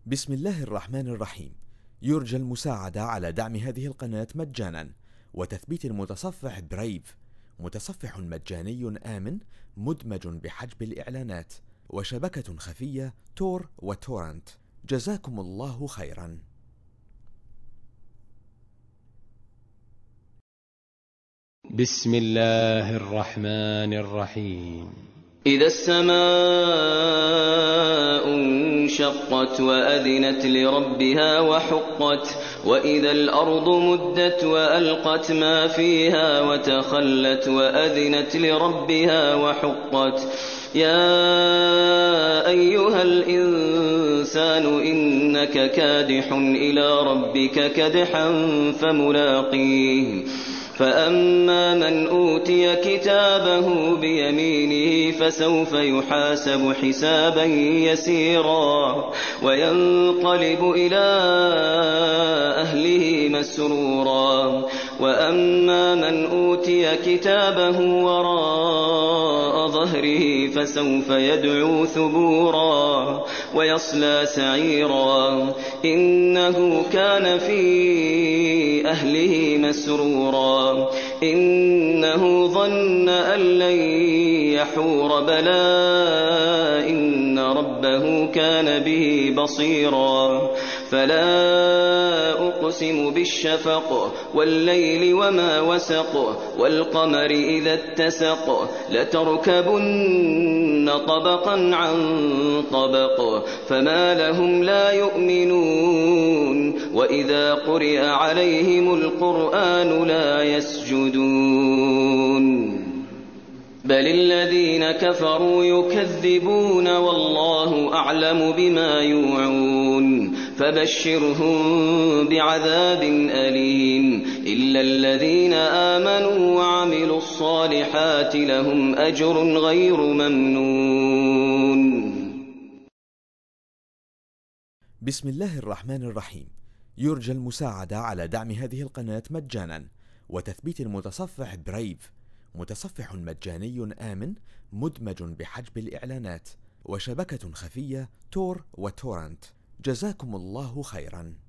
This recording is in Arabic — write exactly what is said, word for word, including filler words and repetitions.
بسم الله الرحمن الرحيم. يرجى المساعدة على دعم هذه القناة مجانا وتثبيت المتصفح برايف، متصفح مجاني آمن مدمج بحجب الإعلانات، وشبكة خفية تور وتورنت. جزاكم الله خيرا. بسم الله الرحمن الرحيم. إذا السماء انشقت وأذنت لربها وحقت، وإذا الأرض مدت وألقت ما فيها وتخلت وأذنت لربها وحقت. يا أيها الإنسان إنك كادح إلى ربك كدحا فملاقيه. فأما من أوتي كتابه بيمينه فسوف يحاسب حسابا يسيرا وينقلب إلى أهله مسرورا. وأما من أوتي كتابه وراء ظهره فسوف يدعو ثبورا ويصلى سعيرا إنه كان في أهله مسرورا إنه ظن أن لن يحور بلى إن ربه كان به بصيرا. فلا أقسم بالشفق والليل وما وسق والقمر إذا اتسق لتركبن طبقا عن طبق فما لهم لا يؤمنون وإذا قرئ عليهم القرآن لا يسجدون بل الذين كفروا يكذبون والله أعلم بما يوعون فبشرهم بعذاب أليم إلا الذين آمنوا وعملوا الصالحات لهم أجر غير ممنون. بسم الله الرحمن الرحيم. يرجى المساعدة على دعم هذه القناة مجانا وتثبيت المتصفح برايف، متصفح مجاني آمن مدمج بحجب الإعلانات، وشبكة خفية تور وتورنت. جزاكم الله خيرا.